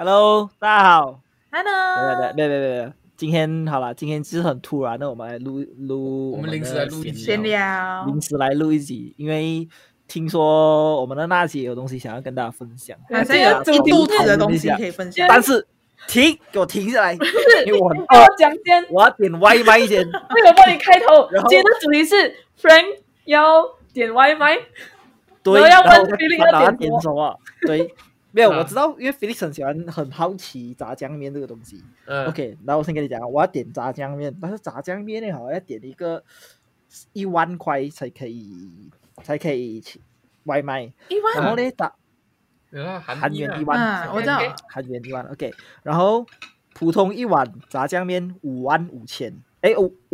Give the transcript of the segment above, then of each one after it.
Hello，大家好。 Hello， 别，今天好了，今天就是很突然的，我们来录我们临时来录一集闲聊， 临时来录一集，因为听说我们的娜姐有东西想要跟大家分享， 好像有一肚子的东西可以分享， 但是给我停下来，因为我很跟我讲先， 我要点外卖先。 我帮你开头。今天的主题是 Frank 要点外卖， 对， 然后要问然后 Felix 要点什么？对。没有，我知道，因为 Felix 很喜欢，很好奇炸酱面这个东西。OK， 然后我先跟你讲，我要点炸酱面，但是炸酱面呢，好像要点一个1万块才可以外卖。 1万， 然后呢，韩元1万， 我知道， 韩元1万。OK， 然后普通一碗炸酱面55000，哎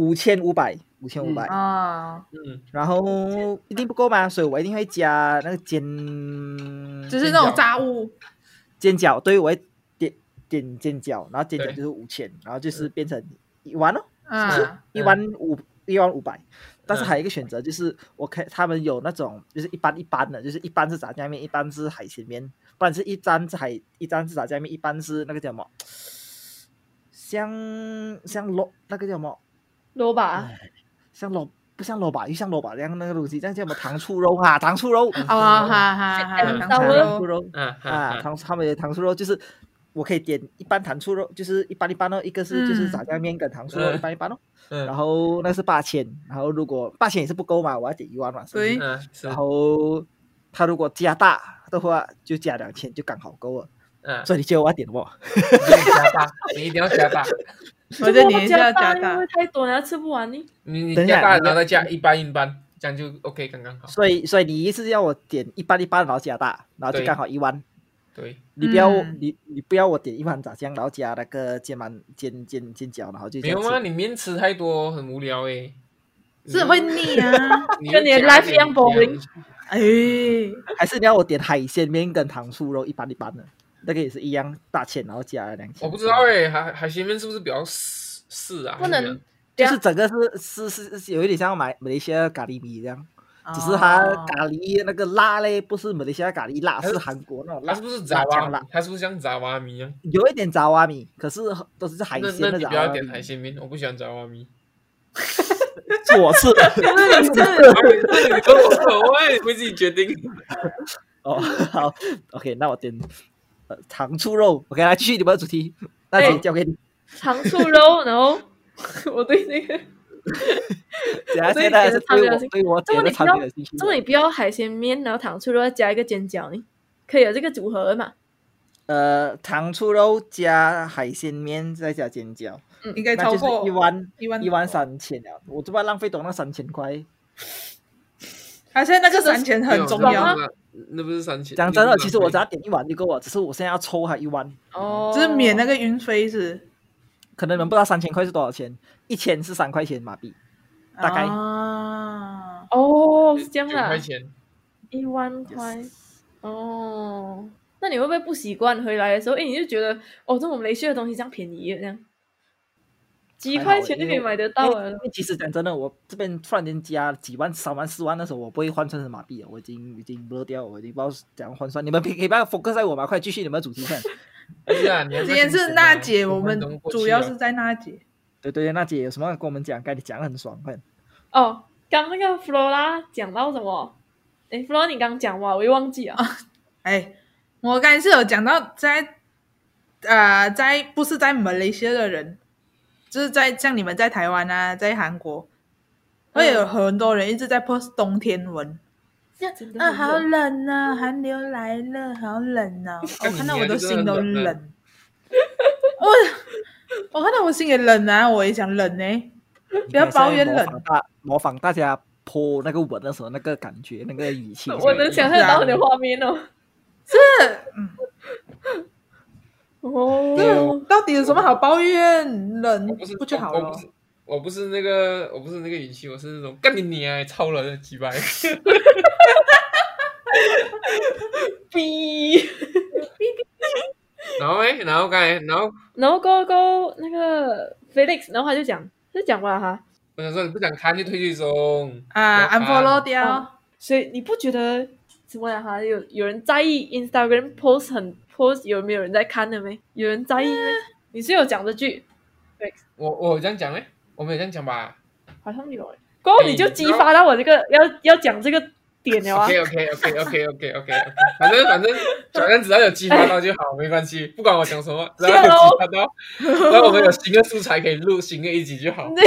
，5500 啊， 然后一定不够嘛，所以我一定会加那个就是那种炸物煎饺，对，我会点煎饺，然后煎饺就是5000，然后就是变成1万哦，是15000，但是还有一个选择就是我看他们有那种就是一般的，就是一般是炸酱面，一般是海鲜面，不然是一般是炸酱面，一般是那个叫什么，像那个叫什么萝卜， 不像萝卜，又像萝卜这样那个东西，这样叫什么糖醋肉哈，糖醋肉， 糖醋肉啊，他们的糖醋肉就是我可以点一般糖醋肉，就是一般哦，一个是就是炸酱面跟糖醋肉一般哦，然后那是8000，然后如果8000也是不够嘛，我要点1万嘛， 对， 然后他如果加大的话就加2000，就刚好够了。所以你觉得我要点什么？ 你一定要加大。 我觉得你一定要加大， 因为太多了吃不完呢。 你加大，然后再加一般，这样就 OK， 刚刚好。 所以你意思是要我点一般，然后加大，然后就刚好1万。 对， 你不要我点一盘炸酱，然后加那个煎饺，然后就没有吗？你面吃太多很无聊诶， 是会腻啊， 跟你的 life 一样 boring。 还是你要我点海鲜面跟糖醋肉一般的，那个也是一样8000，然后加2000。 我不知道诶，海鲜面是不是比较湿啊？ 不能， 就是整个是有一点像马来西亚咖喱米这样，只是它咖喱那个辣嘞，不是马来西亚咖喱辣，是韩国那种辣。 它是不是炸瓦米？它是不是像炸瓦米一样？ 有一点炸瓦米，可是都是海鲜的。 那你不要点海鲜面，我不喜欢炸瓦米。 我是， 我会自己决定。 哦，好 ，OK， 那我点糖醋肉。OK， 来继续你们的主题，那请交给你。 糖醋肉，然后我对那个， 现在是对我点的产品的兴趣。 这么你不要海鲜面，然后糖醋肉再加一个煎饺呢？可以有这个组合嘛？ 糖醋肉加海鲜面再加煎饺， 应该超过 13000了。我这边浪费多那3000块。 而且那个3000很重要， 那不是3000。 讲真的，其实我只要点1碗就够了，只是我现在要抽还1万。 哦， 就是免那个运费是。 可能你们不知道3000块是多少钱，1000是3块钱马币，大概。 哦，是这样的。 9块钱 ，1万块。哦，那你会不会不习惯回来的时候？你就觉得这种马来西亚的东西这样便宜，这样几块钱就可以买得到了。 因为其实讲真的，我这边突然间加几万、3万、4万的时候，我不会换算成马币了，我已经blur掉，我已经不知道怎样换算。你们可以不要 focus 在我吗？快继续你们的主题看。 今天是娜姐，我们主要是在娜姐。 对，娜姐有什么跟我们讲？刚才讲得很爽，快。 刚那个 Flora 讲到什么？Flora 你刚讲哇，我又忘记了。 我刚才是有讲到在不是在马来西亚的人，就是在像你们在台湾啊，在韩国，会有很多人一直在 post 冬天文。好冷啊，寒流来了，好冷啊！我看到我的心都冷。我看到我心也冷啊，我也想冷呢。不要抱怨冷。 模仿大家泼那个文的时候那个感觉，那个语气。 我能想象到你的画面哦。 是。到底有什么好抱怨？冷不就好了？ 我不是那个语气，我是那种干你娘超冷的鸡掰。然后刚才然后过那个 Felix， 然后他就讲吧哈。 我想说你不想看就退追踪 unfollow 掉。 所以你不觉得什么呀哈？有人在意 Instagram post 很 post 有没有人在看的没？有人在意没？你是有讲这句？对， 我有这样讲没？我没有这样讲吧？ 好像有过后你就激发到我这个要讲这个点了啊。 OK， 反正只要有激发到就好，没关系，不管我讲什么，只要有激发到，那我们有新的素材可以录新的一集就好。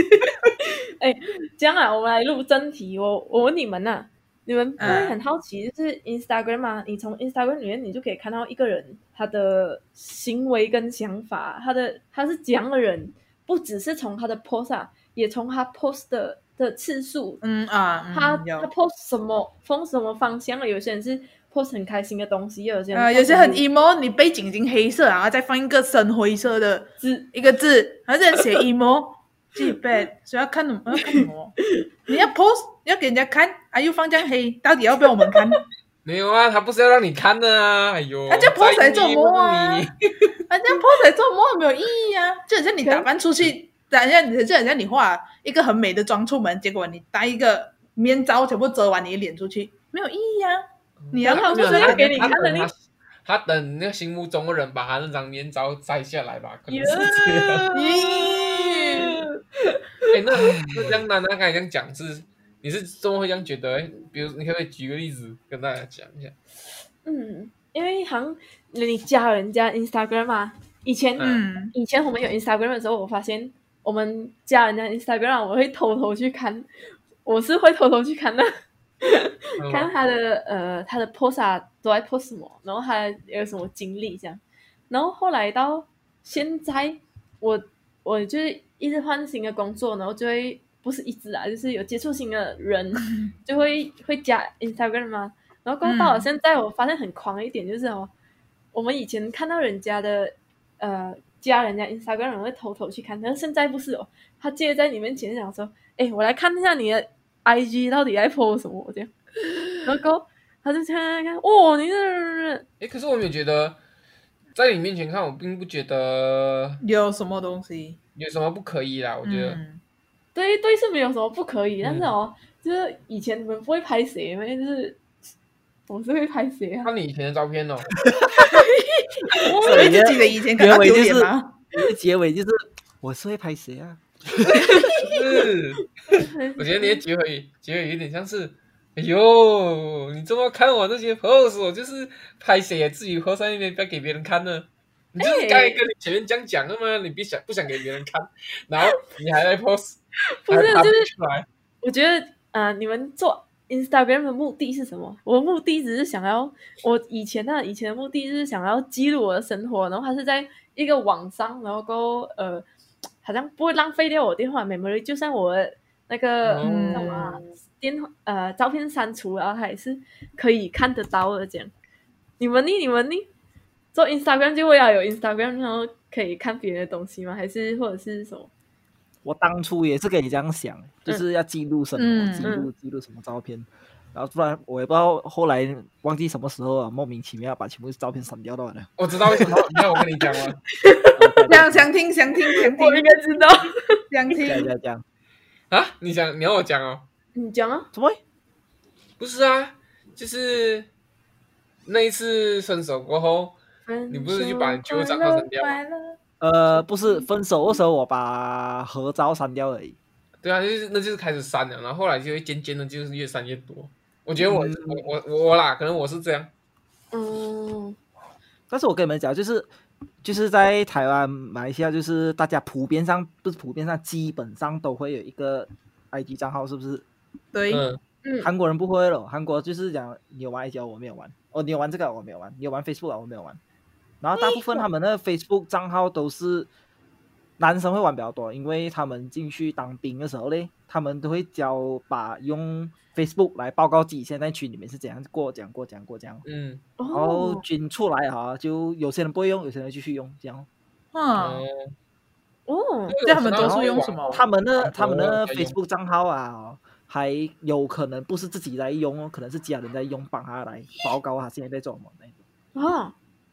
这样啊，我们来录真题。我问你们啊，你们不会很好奇，就是 Instagram 啊，你从 Instagram 里面你就可以看到一个人他的行为跟想法，他是怎样的人，不只是从他的 post 啊，也从他 post 的次数，他 post 什么从什么方向了，有些人是 post 很开心的东西，有些人有些很 emo， 你背景已经黑色，然后再放一个深灰色的一个字，还是写 emo。记背，所以要看什么？你要 post 要给人家看，又放这样黑，到底要不要我们看？ 没有啊，他不是要让你看的啊！哎呦， 他这样 post 来做么啊？他这样 post 来做么没有意义啊？就好像你打扮出去，就好像你化一个很美的妆出门，结果你戴一个面罩，全部遮完你的脸出去，没有意义啊！你要他就是要给你看的， 他等那个心目中的人把他那张面罩摘下来吧，可能是这样。那这样呢？刚才这样讲是，你是怎么会这样觉得？比如你可不可以举个例子跟大家讲一下？ 因为好像你加人家 Instagram 啊，以前我们有 Instagram 的时候，我发现我们加人家 Instagram， 我会偷偷去看，我是会偷偷去看的，看他的 post 啊都在 post 什么，然后他有什么经历这样，然后后来到现在，我就是一直换新的工作，然后就会不是一直啊，就是有接触新的人，就会加 Instagram 嘛。然后到了现在，我发现很狂一点，就是我们以前看到人家的加人家 Instagram， 我会偷偷去看，但是现在不是他直接在你面前讲说，我来看一下你的 IG 到底在 po 什么这样，然后他就看，你这， 可是我没有觉得。在你面前看，我并不觉得有什么东西， 有什么不可以啦。我觉得， 对是没有什么不可以，但是就是以前你们不会拍谁吗？就是我是会拍谁啊？ 看你以前的照片哦。 所以自己的以前感到丢脸吗？ 结尾就是我是会拍谁啊？ 我觉得你的结尾有点像是。哎呦，你这么看我这些 pose， 我就是拍谁也自己 pose 在那边，不要给别人看呢。你就是刚才跟你前面这样讲的吗？你不想给别人看，然后你还在 pose， 不是就是我觉得你们做 Instagram 的目的是什么？我的目的只是想要，我以前的目的是想要记录我的生活，然后它是在一个网上，然后好像不会浪费掉我电话 memory， 就像我的那个照片删除，然后它也是可以看得到的这样。你们呢？做 Instagram 就会要有 Instagram， 然后可以看别人的东西吗？还是或者是什么？ 我当初也是跟你这样想，就是要记录生活，记录什么照片，然后不然我也不知道后来忘记什么时候啊，莫名其妙把全部照片删掉了。 我知道为什么，你看我跟你讲吗？ 想听， 我应该知道， 想听。 讲啊？你要我讲哦？ 你讲啊？ 怎么？ 不是啊，就是那一次分手过后，你不是就把你旧账号删掉吗？ 不是分手的时候我把合照删掉而已。 对啊，那就是开始删了，然后后来就会渐渐的，就是越删越多。我觉得我啦，可能我是这样。 但是我跟你们讲，就是在台湾、马来西亚，就是大家基本上都会有一个 IG 账号，是不是？ 对。 韩国人不会了，韩国就是讲你有玩 IG 我没有玩，你有玩这个我没有玩，你有玩 Facebook 我没有玩。然后大部分他们的 Facebook 账号都是男生会玩比较多，因为他们进去当兵的时候呢，他们都会把用 Facebook 来报告自己现在群里面是怎样过这样。然后军出来就有些人不会用，有些人继续用这样。 这他们多数用什么？ 他们的 Facebook 账号啊，还有可能不是自己在用可能是家人在用，帮他来报告他现在在做什么那种。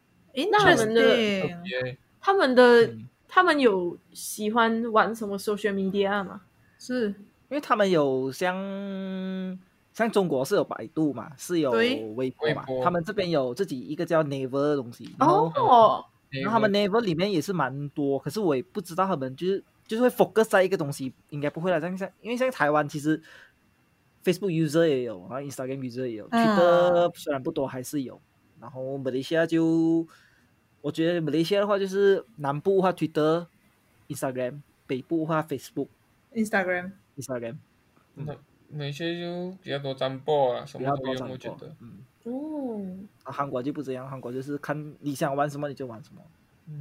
那他们有喜欢玩什么 social media 吗？ 是因为他们有像像中国是有百度嘛，是有微博嘛，他们这边有自己一个叫 Naver 的东西。然后他们 Naver 里面也是蛮多，可是我也不知道他们就是会 focus 在一个东西，应该不会啦。因为像台湾其实 Facebook user 也有，然后 Instagram user 也有，Twitter 虽然不多还是有。然后马来西亚我觉得马来西亚的话就是南部的话 Twitter、Instagram， 北部的话 Facebook、Instagram。 哪些就比较多占卜啊，什么都用，我觉得。 韩国就不这样，韩国就是看你想玩什么你就玩什么。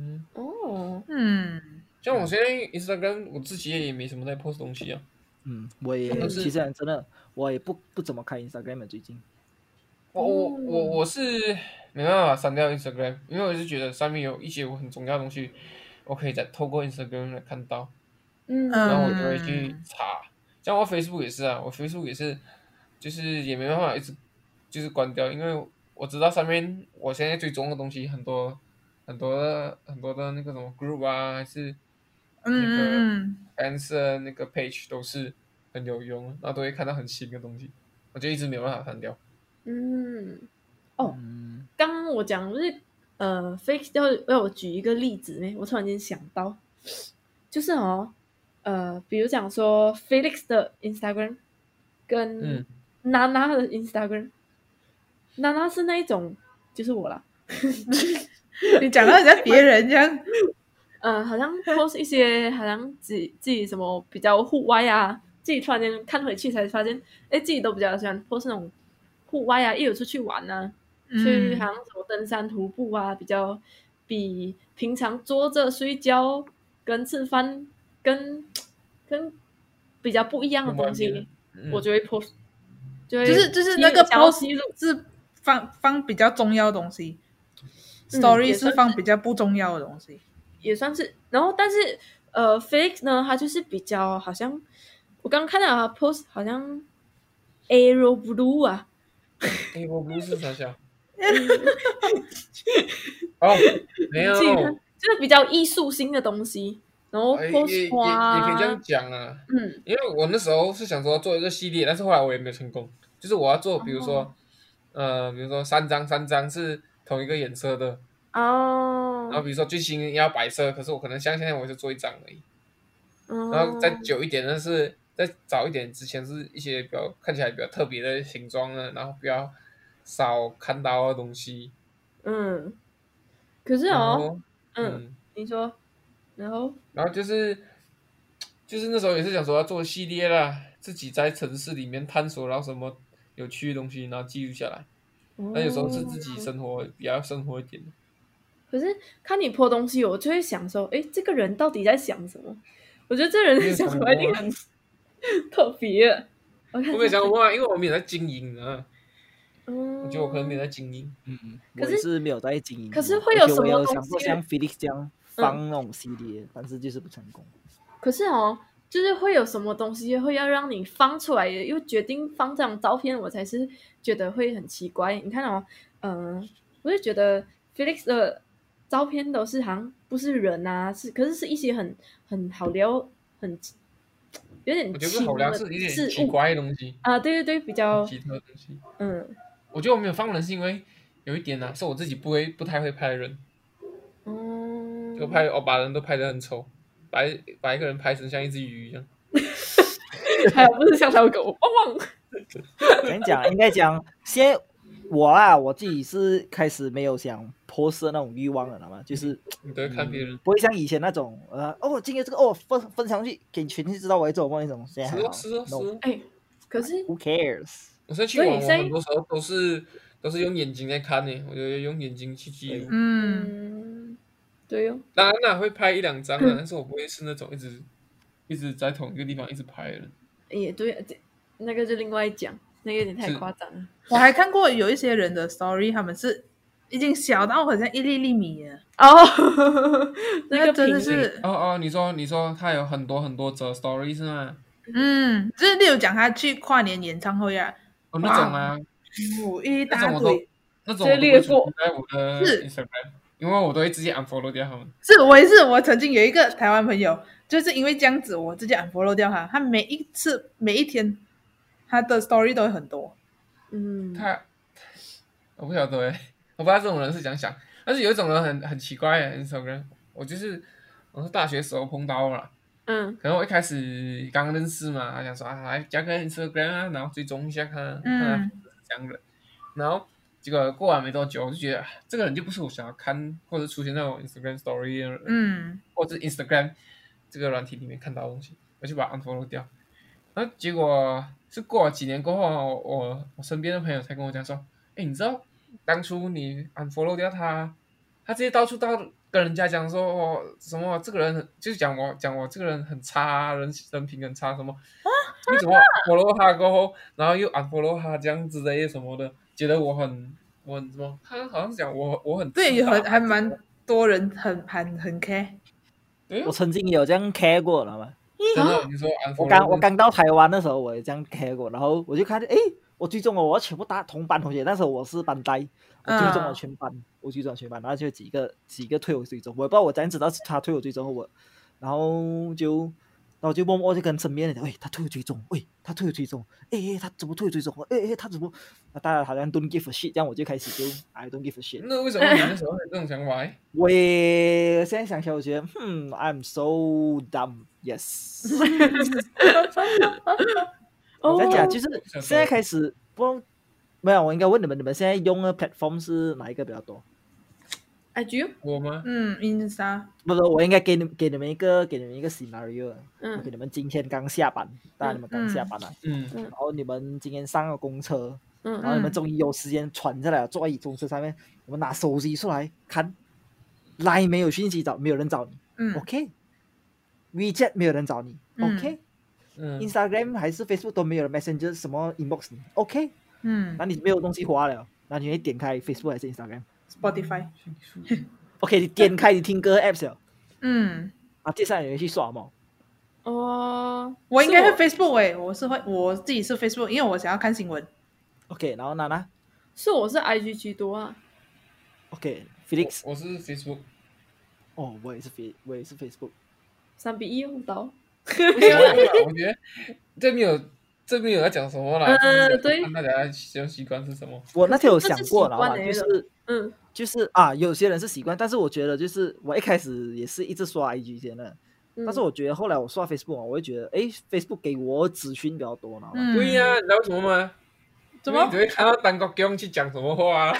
像我现在 Instagram 我自己也没什么在 post 东西啊。 我也其实真的我也不怎么开 Instagram 了最近。 我是没办法删掉 Instagram， 因为我是觉得上面有一些我很重要的东西，我可以再透过 Instagram 来看到。然后我就会去查。像我 Facebook 也是啊，我 Facebook 也是，就是也没办法一直就是关掉，因为我知道上面我现在追踪的东西很多的那个什么 group 啊，还是那个 fans 那个 page 都是很有用，然后都会看到很新的东西，我就一直没有办法删掉。 刚刚我讲就是fake 要我举一个例子呢，我突然间想到，就是比如讲说 Felix 的 Instagram 跟娜娜的 Instagram，娜娜是那一种就是我啦， 你讲到人家别人这样， 好像 post 一些好像自己什么比较户外啊，自己突然间看回去才发现，自己都比较喜欢 post 那种户外啊，一有出去玩啊，去好像什么登山徒步啊，比平常坐着睡觉跟吃饭跟比较不一样的东西，我就会 post， 就是那个 post 是放比较重要的东西，story 是放比较不重要的东西， 也算是。然后但是Felix 呢，他就是比较好像我刚刚看到他 post 好像 Aero Blue 啊 ，Aero Blue 是啥笑？没有， 就是比较艺术性的东西。然后 post 花也可以这样讲啊，因为我那时候是想说做一个系列，但是后来我也没有成功。就是我要做，比如说三张是同一个颜色的然后比如说最新要白色，可是我可能像现在我就做一张而已。然后再久一点的是，再早一点之前是一些比较看起来比较特别的形状的，然后比较少看到的东西。 可是你说。然后就是那时候也是想说要做系列啦，自己在城市里面探索到什么有趣的东西，然后记录下来。那有时候是自己生活比较生活一点。 可是看你po东西，我就会想说，这个人到底在想什么？我觉得这人在想什么一定很特别。 我没想过，因为我没有在经营啊。我觉得我可能没有在经营。 我也是没有在经营。 可是会有什么东西？ 我有想过像 Felix 这样放那种系列，但是就是不成功。 可是就是会有什么东西会要让你放出来，又决定放这张照片，我才是觉得会很奇怪。你看我就觉得 Felix 的照片都是好像不是人啊，可是是一些很好聊，很有点我觉得好聊是有点奇怪的东西啊，对对对，比较奇特的东西。我觉得我没有放人是因为有一点是我自己不太会拍人。就我把人都拍得很丑，把一个人拍成像一只鱼一样。 还有不是像条狗，汪汪。 跟你讲，应该讲，现在我自己是开始没有想post那种欲望了，知道吗？就是你都会看别人， 不会像以前那种今天这个分享去给全世界知道我在做梦那种。现在是可是 who cares？ 我现在去网，我很多时候都是用眼睛在看呢，我觉得用眼睛去记录。 对哦。 当然啦，会拍一两张啊，但是我不会是那种一直在同一个地方一直拍的人。 也对，那个就另外讲，那个有点太夸张了。 我还看过有一些人的 story， 他们是已经小到好像1粒米了。那个真的是你说他有很多则 story 是吗？ 就是例如讲他去跨年演唱会啊， 那种啊， 一大堆， 那种我都会出现在我的 Instagram， 因为我都会直接 unfollow 掉他们。 我曾经有一个台湾朋友，就是因为这样子，我直接 unfollow 掉他。他每一天他的 story 都会很多。 我不晓得我不知道这种人是怎样想，但是有一种人很奇怪的 Instagram， 我是大学时候碰到了，可能我一开始刚认识嘛，他想说来加个 Instagram 啊，然后追踪一下看他是这样的，然后结果过完没多久，我就觉得这个人就不是我想要看或者出现在我 Instagram story 的人，或者 Instagram 这个软体里面看到的东西，我就把它 unfollow 掉。然后结果是过了几年过后，我身边的朋友才跟我讲说，你知道当初你 unfollow 掉他直接到处跟人家讲说什么这个人就是讲我这个人很差，人品很差什么，你怎么 follow 他过后，然后又 unfollow 他这样之类的什么的，觉得我很什么，他好像是讲我很对，还蛮多人很 care。 我曾经有这样 care 过了嘛。 真的，你说我刚到台湾的时候，我也这样 care 过，然后我就看，我追踪我全部同班同学，那时候我是班代，我追踪了全班，然后就几个退我追踪，我也不知道我怎样知道他退我追踪我，然后就默默就跟身边人讲，他退我追踪，他退我追踪，他怎么退我追踪？他怎么？大家好像 don't give a shit， 这样我就开始就 I don't give a shit。 那为什么你那时候会有这种想法？ 我也现在想起来，我觉得I'm so dumb。Yes。再讲就是现在开始没有，我应该问你们现在用的 platform 是哪一个比较多 ？IG 我吗 ？Insta。 不是，我应该给你们一个 scenario。我给你们今天刚下班，当然你们刚下班了，然后你们今天上了公车，然后你们终于有时间喘下来，坐在公车上面，我们拿手机出来看 ，Line 没有讯息没有人找你，OK。WeChat 没有人找你 ，OK。Instagram 还是 Facebook 都没有 Messenger 什么 inbox 你 ，OK。那你没有东西滑了，那你会点开 Facebook 还是 Instagram？Spotify。OK， 你点开你听歌 apps 了。接下来你会去刷吗？ 我应该是 Facebook 我自己是 Facebook， 因为我想要看新闻。 OK， 然后娜娜？ 我是 IG 居多啊。 OK，Felix。 我是 Facebook。 我也是 Facebook。 3-1互刀。 我觉得这没有在讲什么啦， 对， 看大家使用习惯是什么。 我那天有想过了嘛，就是有些人是习惯，但是我觉得就是我一开始也是一直刷 IG 先的，但是我觉得后来我刷 Facebook， 我会觉得Facebook 给我资讯比较多嘛。 对呀，你知道为什么吗？ 怎么？ 你只会看到单国强去讲什么话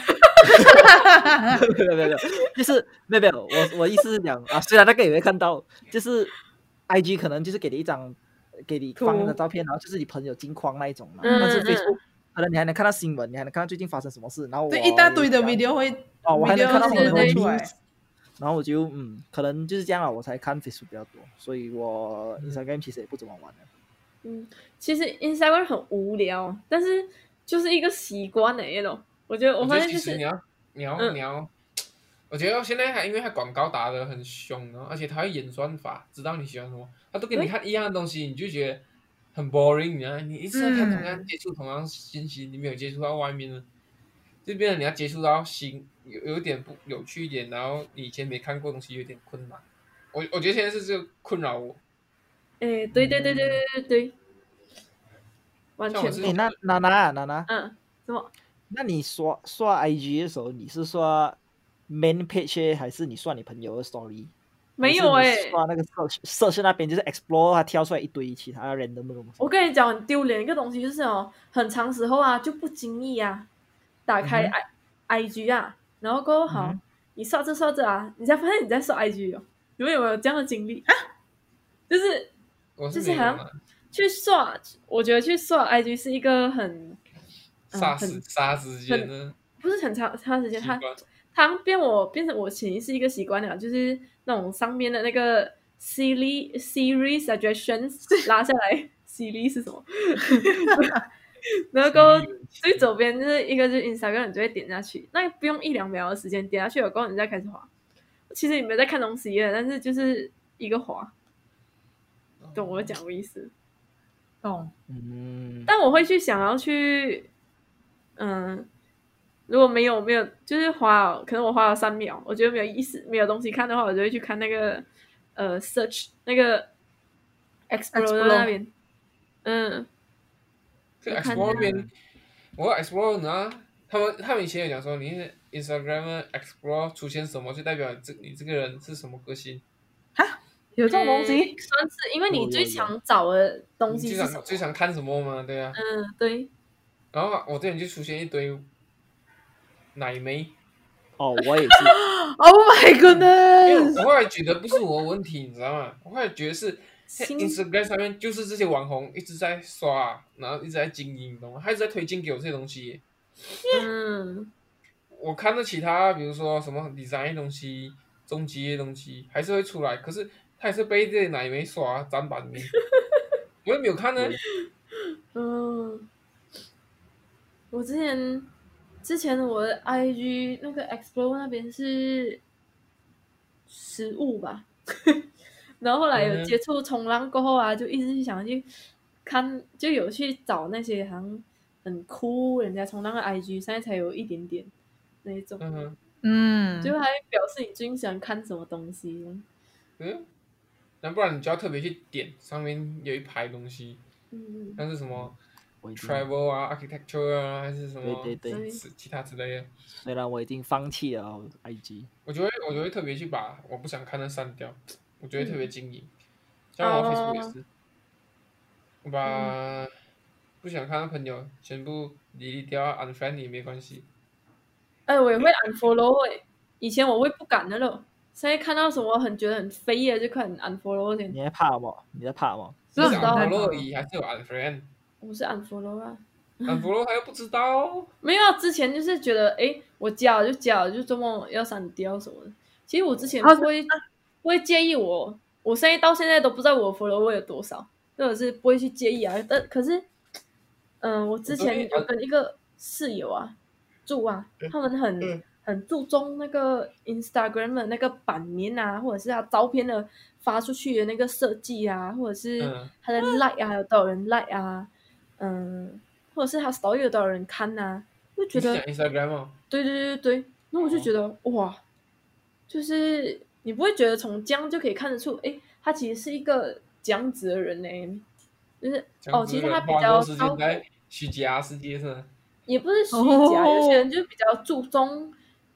没有，就是没有，我意思是讲虽然那个也会看到，就是 IG 可能就是给你放的照片，然后就是你朋友近况那一种嘛。但是 Facebook 可能你还能看到新闻，你还能看到最近发生什么事，然后对一大堆的 video 会我还能看到很多 news， 然后我就可能就是这样了，我才看 Facebook 比较多，所以我 Instagram 其实也不怎么玩的。 其实 Instagram 很无聊，但是就是一个习惯的那种。我发现就是你要，我觉得现在因为它广告打得很凶，而且它会演算法，知道你喜欢什么，它都给你看一样的东西，你就觉得很 boring 啊！你一直在看同样接触同样信息，你没有接触到外面的，就变成你要接触到有点不有趣一点，然后你以前没看过东西有点困难。我觉得现在是这个困扰我。 对，完全。 那娜娜， 什么？ 那你刷 IG 的时候，你是刷 main page 还是你刷你朋友的 story？ 没有刷那个search那边就是 explore， 它跳出来一堆其他人的那种东西。 我跟你讲，很丢脸一个东西就是很长时候啊就不经意打开 IG 然后过后好，你刷着啊，你才发现你在刷 IG 哦。你们有没有这样的经历啊？就是好像去刷，我觉得去刷 IG 是一个很杀时间的， 不是很长时间，它变成我潜意识一个习惯了，就是那种上面的那个 Siri suggestions 拉下来，Siri 是什么？然后最左边就是一个就是 Instagram， 你就会点下去，那不用1-2秒的时间，点下去了过后你再开始滑。其实你没有在看东西的，但是就是一个滑，懂我讲的意思？ 懂。 但我会去想要去，如果没有就是可能我滑了3秒，我觉得没有意思，没有东西看的话，我就会去看那个search 那个 Explorer 那边， 这 explore 边，我 explore 呢，他们以前有讲说，你 Instagram explore 出现什么，就代表你这个人是什么个性。 哈，有这种东西？ 算是，因为你最常找的东西是什么？ 最常看什么嘛？对啊。 对。 然后我这里就出现一堆奶妹。 哦，我也是。 Oh my goodness！ 我后来觉得不是我的问题，你知道吗？我后来觉得是 Instagram 上面就是这些网红一直在刷，然后一直在经营，懂吗？他一直在推荐给我这些东西。我看到其他，比如说什么 design 的东西、终极的东西，还是会出来，可是他还是被这些奶妹刷占版面。我也没有看呢。 我之前我的 IG 那个 Explore 那边是食物吧，然后后来有接触冲浪过后啊，就一直想去看，就有去找那些好像很酷人家冲浪的 IG， 现在才有一点点那一种，就还表示你最近想看什么东西。 那不然你就要特别去点上面有一排东西，像是什么travel 啊 architecture 啊，还是什么对其他之类的。 虽然我已经放弃了 IG， 我就会特别去把我不想看的删掉，我就会特别经营。像我 Facebook 也是，我把不想看的朋友全部delete掉 unfriend 也没关系。 我也会 unfollow 以前我会不敢的了，现在看到什么觉得很飞的就看 unfollow 先。 你在怕吗？ 你是 unfollow 而已，还是有 unfriend？ 我是 unfollow 啊。 unfollow 还不知道？ 没有，之前就是觉得，我加了就加了，就这么要删掉什么的。其实我之前不会介意我现在到现在都不知道我 follow 有多少，或者是不会去介意啊。可是，我之前有跟一个室友啊住啊，他们很注重那个 Instagram 的那个版面啊，或者是他照片的发出去的那个设计啊，或者是他的 like 啊，有多少人 like 啊，或者是他 story 有多少人看啊，就觉得 Instagram 对，那我就觉得哇，就是你不会觉得从这样就可以看得出，他其实是一个这样子的人呢，就是其实他比较花在虚假世界上， 也不是虚假，有些人就比较注重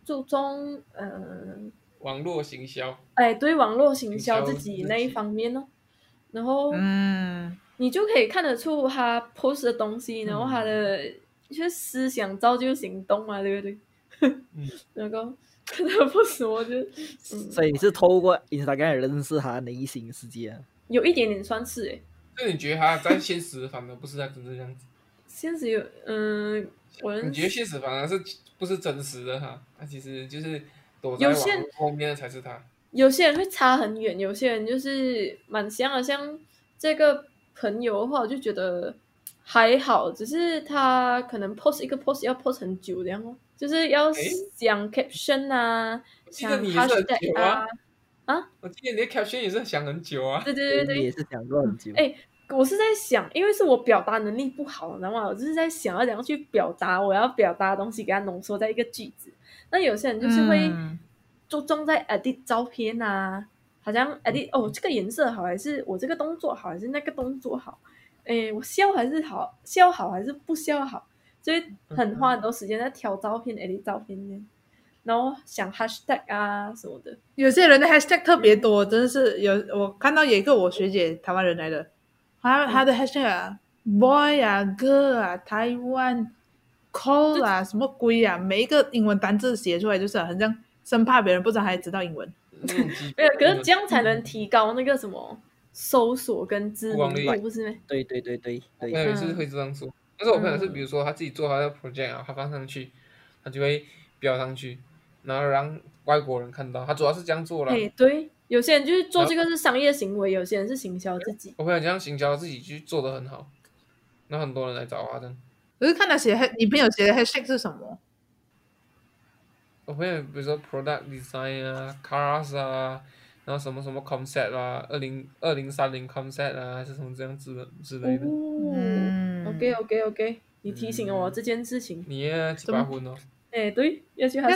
网络行销， 对网络行销自己那一方面哦，然后你就可以看得出他 post 的东西，然后他的一些思想造就行动嘛，对不对？那个看他 post 我就所以你是透过 Instagram 认识他内心世界啊？ 有一点点算是那你觉得他在现实反而不是他真正这样子？ 现实有你觉得现实反而是不是真实的哈？他其实就是躲在网络后面的才是他。 有些人会差很远，有些人就是蛮像的。像这个朋友的话，我就觉得还好，只是他可能 post 一个 post 要 post 很久这样哦，就是要想 caption 啊，想 hashtag 啊。 我记得你的 caption 也是想很久啊。 对， 也是想过很久。 我是在想，因为是我表达能力不好，你知道吗？我就是在想要怎样去表达我要表达的东西，给它浓缩在一个句子。那有些人就是会注重在 edit 照片啊，好像 edit 这个颜色好，还是我这个动作好，还是那个动作好？我笑还是好，笑好还是不笑好？所以很花很多时间在挑照片 edit 照片呢，然后想 hashtag 啊什么的。 有些人的 hashtag 特别多，真的是我看到有一个我学姐台湾人来的。他的 hashtag 啊 boy 啊 girl 啊台湾 call 啊什么鬼啊，每一个英文单字写出来就是很像生怕别人不知道他也知道英文。 没有，可是这样才能提高那个什么搜索跟知名度，不是吗？ 对。 我也是会这样说，但是我朋友是比如说他自己做他的 project 啊，他放上去，他就会标上去，然后让外国人看到，他主要是这样做了。 对。有些人就是做这个是商业行为，有些人是行销自己。 我朋友这样行销自己去做得很好，那很多人来找他的。 可是看他写你朋友写的 hashtag 是什么？ 我朋友比如说 product design 啊 ，cars 啊，然后什么什么 concept 啊，2030 concept 啊，还是什么这样子的之类的。 OK， 你提醒了我这件事情。 你也去结婚哦。 对，要去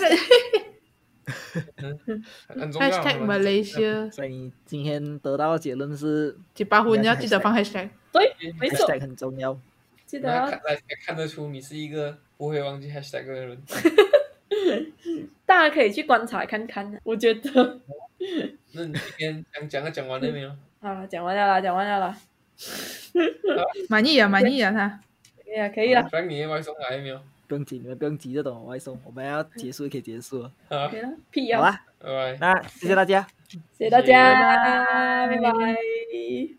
很重要。 hashtag Malaysia。 所以你今天得到的结论是， 结婚要记得放 hashtag。 对，没错。 hashtag 很重要。 记得要看得出你是一个不会忘记 hashtag 的人。 大家可以去观察看看，我觉得。 那你今天讲完了没有？ 好了，讲完了啦。 满意啊他。 可以了。 反正你的外送来没有？ 不用急，你们不用急着等我外送，我们要结束可以结束了。 好， 屁啊！ 好啦， 拜拜。 那谢谢大家， 谢谢大家，拜拜。